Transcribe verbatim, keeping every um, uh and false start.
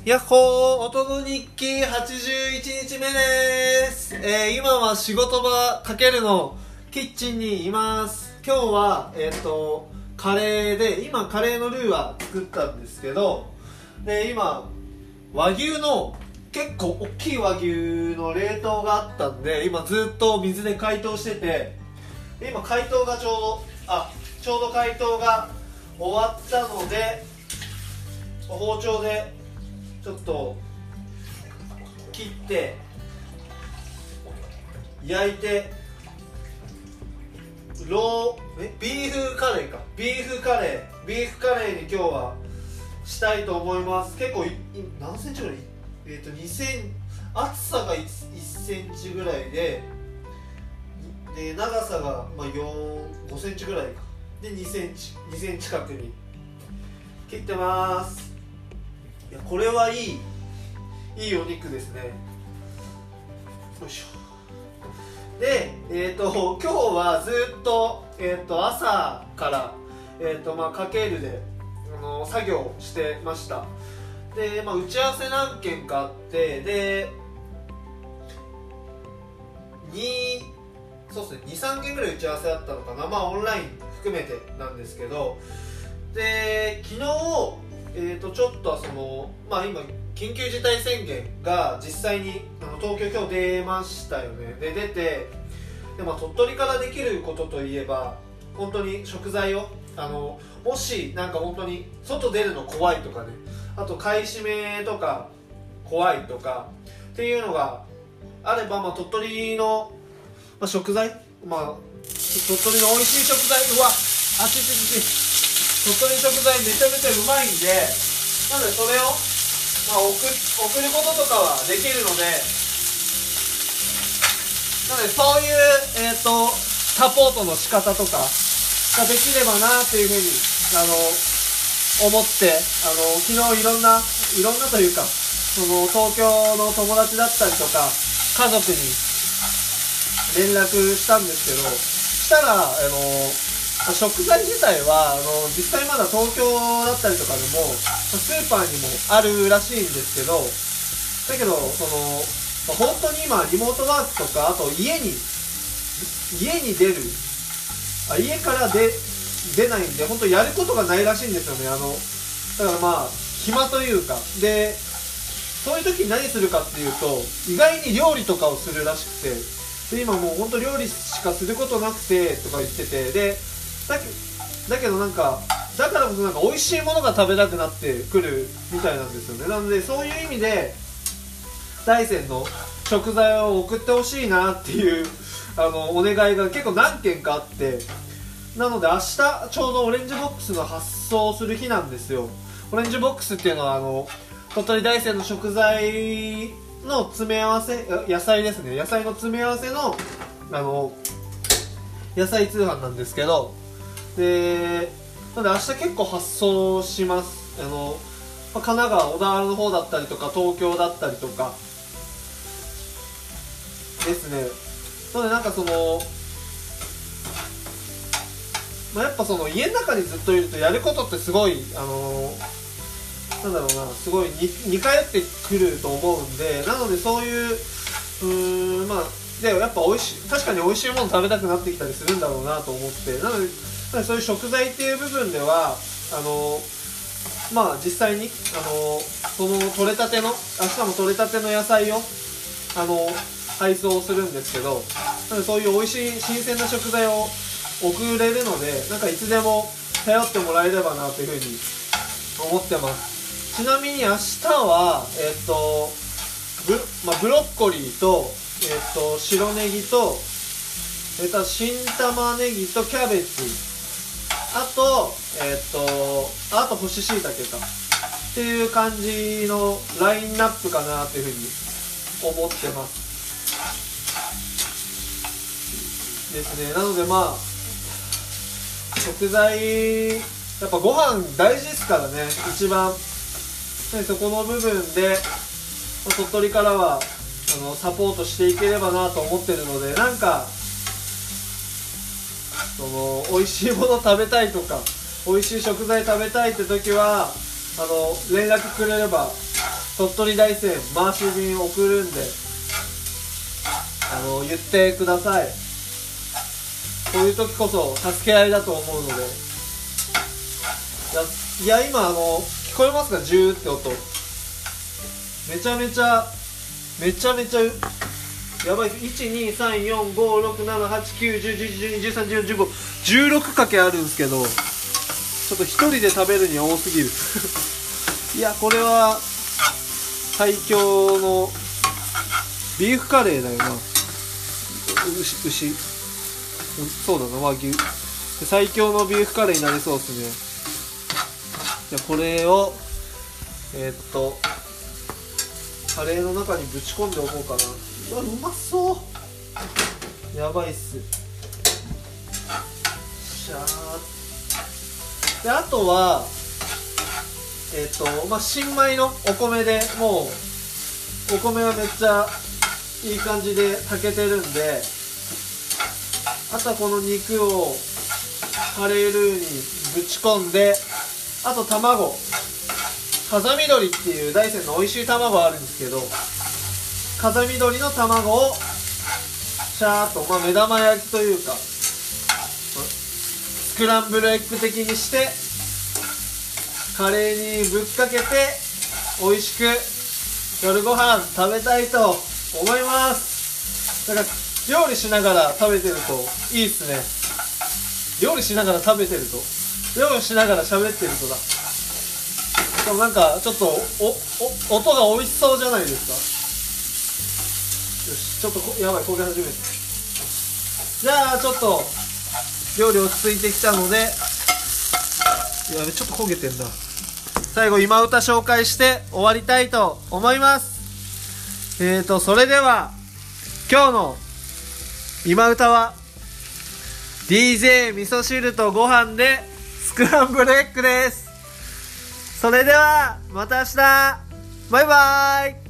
やっほー、音の日記はちじゅういちにちめです。えー、今は仕事場かけるのキッチンにいます。今日は、えっと、カレーで、今カレーのルーは作ったんですけど、で、今、和牛の結構大きい和牛の冷凍があったんで、今ずっと水で解凍してて、で今解凍がちょうど、あ、ちょうど解凍が終わったので、包丁でちょっと切って焼いてローえビーフカレーかビーフカレービーフカレーに今日はしたいと思います。結構い何センチぐらい、えー、とにセン厚さが いち, センチぐらいでで長さがまあごセンチぐらいかでにセンチにセンチ角に切ってます。いやこれはいいいいお肉ですね。よいしょ。で、えーと今日はずっと、えーと朝から、えーとまあ、かけるで、あのー、作業してました。で、まあ、打ち合わせ何件かあってでにそうですねにさんけんぐらい打ち合わせあったのかな、まあオンライン含めてなんですけど、で昨日えー、とちょっとその、まあ、今緊急事態宣言が実際にあの東京今日出ましたよね。で出てで、まあ、鳥取からできることといえば本当に食材をあのもしなんか本当に外出るの怖いとかね、あと買い占めとか怖いとかっていうのがあれば、まあ、鳥取の、まあ、食材、まあ、鳥取の美味しい食材、うわあちちちち鳥取食材めちゃめちゃうまいんで、なのでそれを、まあ、送, 送ることとかはできるので、なのでそういう、えー、とサポートの仕方とかができればなというふうにあの思って、あの昨日いろんないろんなというかその東京の友達だったりとか家族に連絡したんですけど、したらあの食材自体はあの実際まだ東京だったりとかでもスーパーにもあるらしいんですけど、だけどその、まあ、本当に今リモートワークとかあと家に家に出るあ家からで出ないんで本当やることがないらしいんですよね。あのだからまあ暇というかで、そういう時に何するかっていうと意外に料理とかをするらしくて、で今もう本当料理しかすることなくてとか言ってて、でだけ, だけどなんかだからこそなんか美味しいものが食べたくなってくるみたいなんですよね。なのでそういう意味で大山の食材を送ってほしいなっていうあのお願いが結構何件かあって、なので明日ちょうどオレンジボックスの発送する日なんですよ。オレンジボックスっていうのはあの鳥取大山の食材の詰め合わせ、野菜ですね、野菜の詰め合わせのあの野菜通販なんですけど、でなので明日結構発送します。あの、まあ、神奈川小田原の方だったりとか東京だったりとかですね。なのでなんかその、まあ、やっぱその家の中にずっといるとやることってすごいあのなんだろうなすごい似通ってくると思うんで、なのでそういううーんまあでやっぱ美味しい確かに美味しいもの食べたくなってきたりするんだろうなと思って、なのでそういう食材っていう部分ではあのまあ実際にあのその取れたての明日も取れたての野菜をあの配送するんですけど、なのでそういう美味しい新鮮な食材を送れるので、なんかいつでも頼ってもらえればなというふうに思ってます。ちなみに明日はえっと ブ,、まあ、ブロッコリーとえっと白ネギとえっと新玉ねぎとキャベツ、あとえっとあと干し椎茸かっていう感じのラインナップかなというふうに思ってますですね。なのでまあ食材やっぱご飯大事ですからね、一番でそこの部分で鳥取からはあのサポートしていければなと思ってるので、なんかその美味しいもの食べたいとか美味しい食材食べたいって時はあの連絡くれれば鳥取大山回し便送るんで、あの言ってください。こういう時こそ助け合いだと思うので。いや、いや今あの聞こえますか、ジューって音。めちゃめちゃめちゃめちゃやばいです。いちにさんよんごろくななはちきゅうじゅうじゅういちじゅうにじゅうさんじゅうよんじゅうごじゅうろくかけあるんですけど、ちょっと一人で食べるには多すぎるいや、これは最強のビーフカレーだよな。牛牛そうだな、和牛。最強のビーフカレーになりそうですね。じゃあこれをえー、っとカレーの中にぶち込んでおこうかな。うわ、うまそう。やばいっす。しゃーで、あとはえっ、ー、とまあ新米のお米で、もうお米はめっちゃいい感じで炊けてるんで、あとはこの肉をカレールーにぶち込んで、あと卵、風見鶏っていう大山の美味しい卵あるんですけど、風見鶏の卵をシャーっと、まあ、目玉焼きというかスクランブルエッグ的にしてカレーにぶっかけて美味しく夜ご飯食べたいと思います。だから料理しながら食べてるといいっすね。料理しながら食べてると、料理しながら喋ってるとだ、でもなんかちょっとおお音が美味しそうじゃないですか。よし、ちょっとこやばい、焦げ始めて。じゃあちょっと料理落ち着いてきたので、やべ、ちょっと焦げてんだ。最後今歌紹介して終わりたいと思います。えーとそれでは今日の今歌は ディージェー 味噌汁とご飯でスクランブルエッグです。それではまた明日、バイバーイ。